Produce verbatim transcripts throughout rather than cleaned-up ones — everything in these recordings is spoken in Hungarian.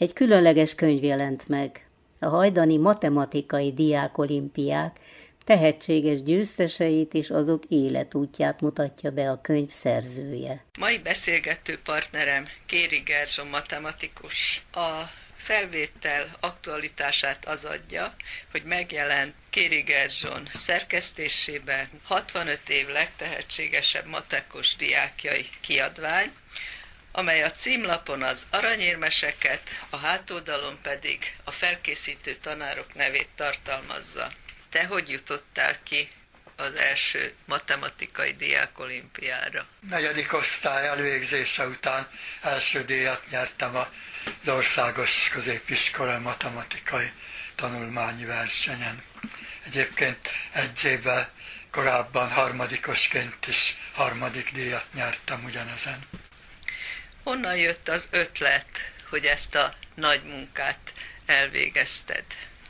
Egy különleges könyv jelent meg. A hajdani matematikai diákolimpiák tehetséges győzteseit és azok életútját mutatja be a könyv szerzője. Mai beszélgető partnerem Kéri Gerzson matematikus. A felvétel aktualitását az adja, hogy megjelent Kéri Gerzson szerkesztésében hatvanöt év legtehetségesebb matekos diákjai kiadvány, amely a címlapon az aranyérmeseket, a hátoldalon pedig a felkészítő tanárok nevét tartalmazza. Te hogy jutottál ki az első matematikai diákolimpiára? Negyedik osztály elvégzése után első díjat nyertem az országos középiskola matematikai tanulmányi versenyen. Egyébként egy évvel korábban harmadikosként is harmadik díjat nyertem ugyanezen. Honnan jött az ötlet, hogy ezt a nagy munkát elvégezted?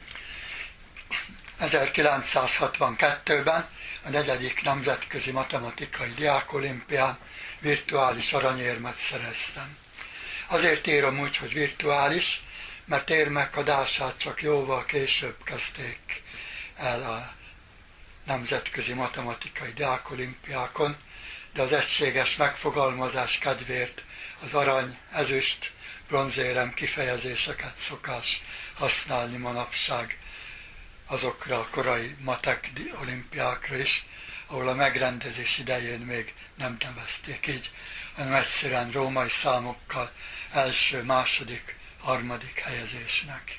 ezerkilencszázhatvankettőben a negyedik nemzetközi matematikai diákolimpián virtuális aranyérmet szereztem. Azért írom úgy, hogy virtuális, mert érmekadását csak jóval később kezdték el a nemzetközi matematikai diákolimpiákon, de az egységes megfogalmazás kedvéért az arany, ezüst, bronzérem kifejezéseket szokás használni manapság azokra a korai matek olimpiákra is, ahol a megrendezés idején még nem nevezték így, hanem egyszerűen római számokkal első, második, harmadik helyezésnek.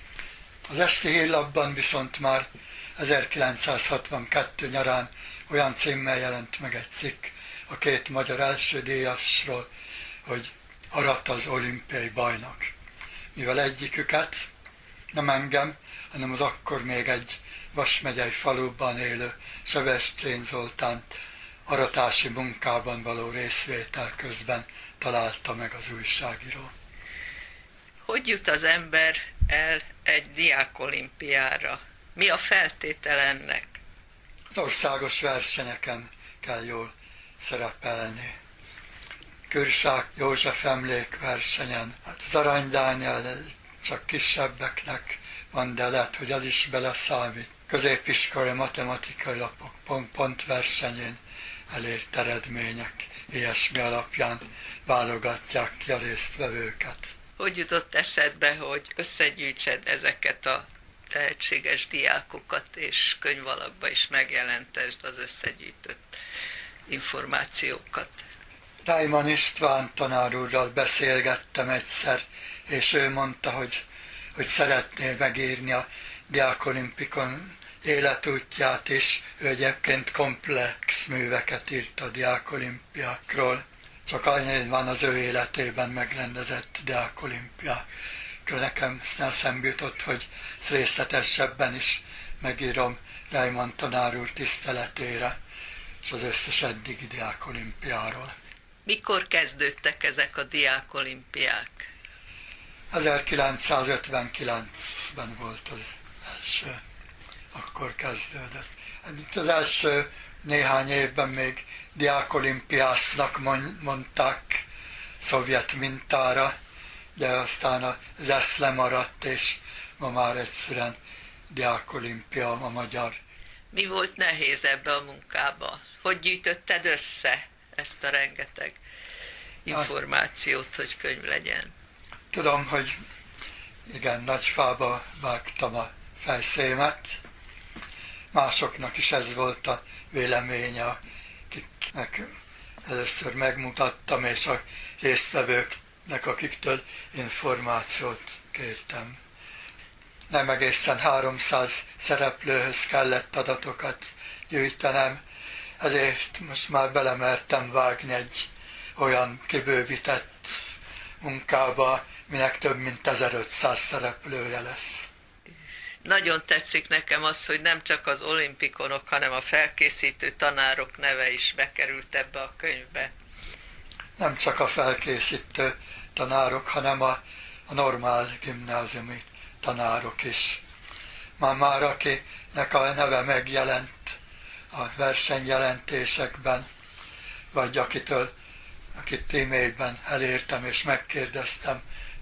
Az esti hírlapban viszont már ezerkilencszázhatvankettő nyarán olyan címmel jelent meg egy cikk a két magyar első díjasról, hogy Arat az olimpiai bajnok. Mivel egyiküket, nem engem, hanem az akkor még egy Vas megyei faluban élő Sebestyén Zoltánt aratási munkában való részvétel közben találta meg az újságíró. Hogy jut az ember el egy diákolimpiára? Mi a feltétel ennek? Az országos versenyeken kell jól szerepelni. Kürsák József emlék versenyen. Hát az Arany Dániel csak kisebbeknek van, de lehet, hogy az is beleszámít. Középiskolai matematikai lapok pont, pont versenyén elért eredmények, ilyesmi alapján válogatják ki a résztvevőket. Hogy jutott eszedbe, hogy összegyűjtsed ezeket a tehetséges diákokat, és könyvalakba is megjelentesd az összegyűjtött információkat? Reimann István tanár úrral beszélgettem egyszer, és ő mondta, hogy, hogy szeretné megírni a diákolimpikon életútját is. Ő egyébként komplex műveket írt a diákolimpiákról. Csak annyi van az ő életében megrendezett diákolimpiákról. Nekem eszembe jutott, hogy részletesebben is megírom Reimann tanár úr tiszteletére, és az összes eddigi diákolimpiáról. Mikor kezdődtek ezek a diákolimpiák? ezerkilencszázötvenkilencben volt az első, akkor kezdődött. Itt az első néhány évben még diákolimpiásznak mondták szovjet mintára, de aztán az esz lemaradt, és ma már egyszerűen diákolimpia a magyar. Mi volt nehéz ebbe a munkába? Hogy gyűjtötted össze ezt a rengeteg információt, hogy könyv legyen? Tudom, hogy igen, nagy fába vágtam a fejszémet. Másoknak is ez volt a véleménye, akiknek először megmutattam, és a résztvevőknek, akiktől információt kértem. Nem egészen háromszáz szereplőhöz kellett adatokat gyűjtenem, ezért most már belemertem vágni egy olyan kibővített munkába, minek több mint ezerötszáz szereplője lesz. Nagyon tetszik nekem az, hogy nem csak az olimpikonok, hanem a felkészítő tanárok neve is bekerült ebbe a könyvbe. Nem csak a felkészítő tanárok, hanem a, a normál gimnáziumi tanárok is. Már már akinek a neve megjelent a versenyjelentésekben, vagy akitől, akit e-mailben elértem és megkérdeztem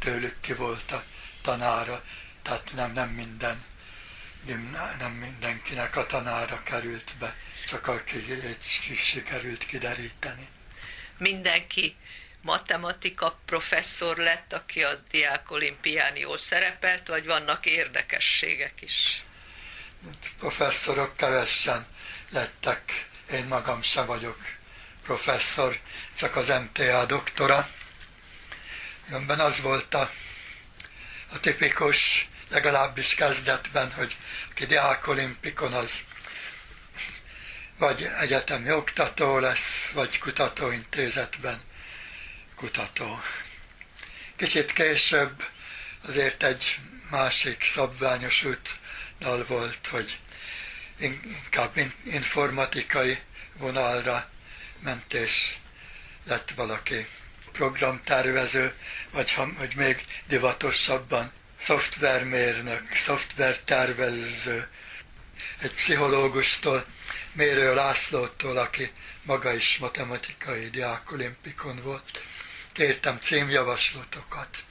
tőlük ki volt a tanára, tehát nem, nem minden, nem mindenkinek a tanára került be, csak akit sikerült kideríteni. Mindenki matematika professzor lett, aki a diákolimpián jól szerepelt, vagy vannak érdekességek is? Professzorok kevesen lettek, én magam sem vagyok professzor, csak az em té á doktora. Jönben az volt a, a tipikus, legalábbis kezdetben, hogy aki diákolimpikon, az vagy egyetemi oktató lesz, vagy kutatóintézetben kutató. Kicsit később azért egy másik szabványos útnal volt, hogy inkább informatikai vonalra ment, és lett valaki programtervező, vagy, vagy még divatosabban szoftvermérnök, szoftvertervező. Egy pszichológustól, Mérő Lászlótól, aki maga is matematikai diákolimpikon volt, kértem címjavaslatokat.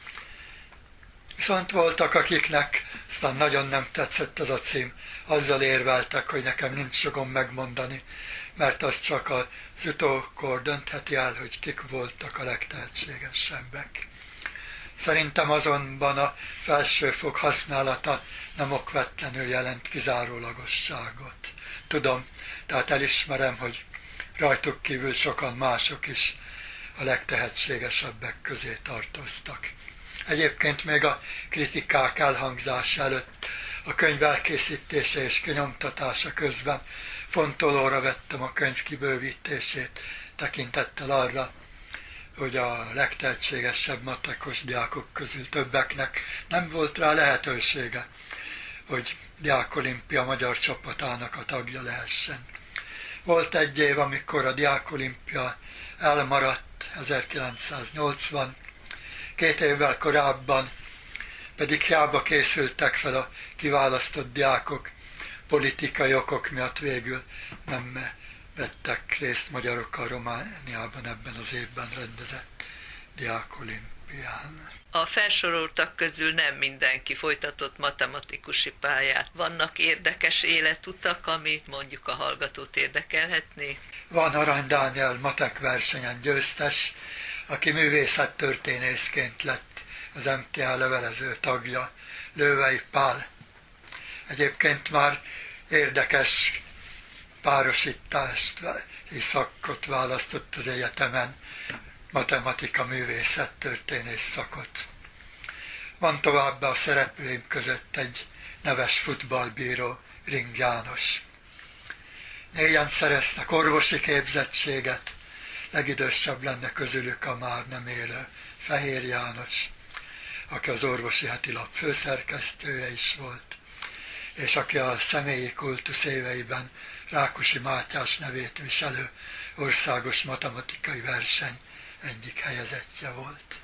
Viszont voltak, akiknek aztán nagyon nem tetszett az a cím, azzal érveltek, hogy nekem nincs jogom megmondani, mert az csak az utókor döntheti el, hogy kik voltak a legtehetségesebbek. Szerintem azonban a felsőfok használata nem okvetlenül jelent kizárólagosságot. Tudom, tehát elismerem, hogy rajtuk kívül sokan mások is a legtehetségesebbek közé tartoztak. Egyébként még a kritikák elhangzása előtt, a könyv elkészítése és kinyomtatása közben fontolóra vettem a könyv kibővítését, tekintettel arra, hogy a legtehetségesebb matekos diákok közül többeknek nem volt rá lehetősége, hogy diákolimpia magyar csapatának a tagja lehessen. Volt egy év, amikor a diákolimpia elmaradt, ezerkilencszáznyolcvan, két évvel korábban pedig hiába készültek fel a kiválasztott diákok, politikai okok miatt végül nem vettek részt magyarokkal Romániában ebben az évben rendezett diákolimpián. A felsoroltak közül nem mindenki folytatott matematikusi pályát. Vannak érdekes életutak, amit mondjuk a hallgatót érdekelhetné? Van Arany Dániel matek versenyen győztes, aki művészettörténészként lett az em té á levelező tagja, Lővei Pál. Egyébként már érdekes párosítást és szakot választott az egyetemen, matematika művészettörténész szakot. Van továbbá a szereplőim között egy neves futballbíró, Ring János. Négyen szereztek orvosi képzettséget, legidősebb lenne közülük a már nem élő Fehér János, aki az Orvosi Hetilap főszerkesztője is volt, és aki a személyi kultusz éveiben Rákosi Mátyás nevét viselő országos matematikai verseny egyik helyezettje volt.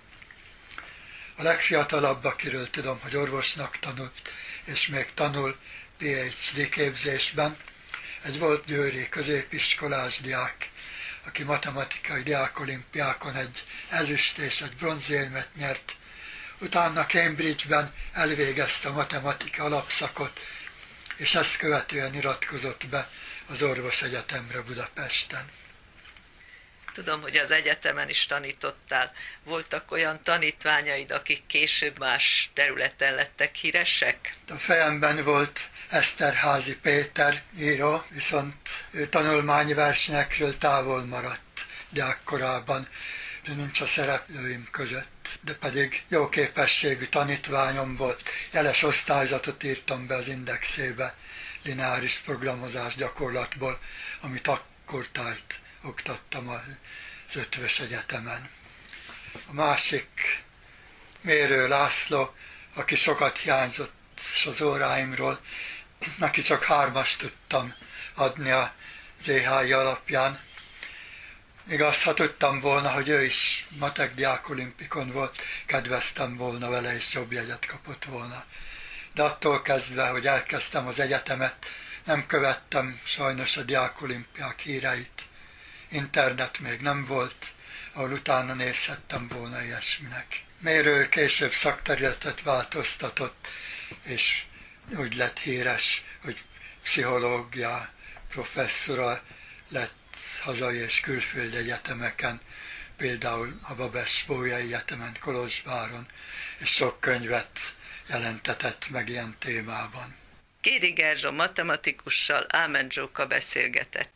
A legfiatalabb, akiről tudom, hogy orvosnak tanult, és még tanul pé há dé képzésben, egy volt győri középiskolás diák, aki matematikai diákolimpiákon egy ezüst és egy bronzérmet nyert, utána Cambridge-ben elvégezte a matematika alapszakot, és ezt követően iratkozott be az Orvosegyetemre Budapesten. Tudom, hogy az egyetemen is tanítottál. Voltak olyan tanítványaid, akik később más területen lettek híresek? A fejemben volt Eszterházy Péter író, viszont ő tanulmányi versenyekről távol maradt diákkorában, de nincs a szereplőim között. De pedig jó képességű tanítványom volt, jeles osztályzatot írtam be az indexébe, lineáris programozás gyakorlatból, amit akkor tájt oktattam az Ötvös Egyetemen. A másik Mérő László, aki sokat hiányzott az óráimról, neki csak hármast tudtam adni a zé há i alapján. Igaz, ha tudtam volna, hogy ő is matek diákolimpikon volt, kedveztem volna vele, és jobb jegyet kapott volna. De attól kezdve, hogy elkezdtem az egyetemet, nem követtem sajnos a diákolimpiák híreit. Internet még nem volt, ahol utána nézhettem volna ilyesminek. mérő később szakterületet változtatott, és úgy lett híres, hogy pszichológia professzora lett hazai és külföldi egyetemeken, például a Babes-Bolyai Egyetemen Kolozsváron, és sok könyvet jelentetett meg ilyen témában. Kéri Gerzsa matematikussal Ámen Zsóka beszélgetett.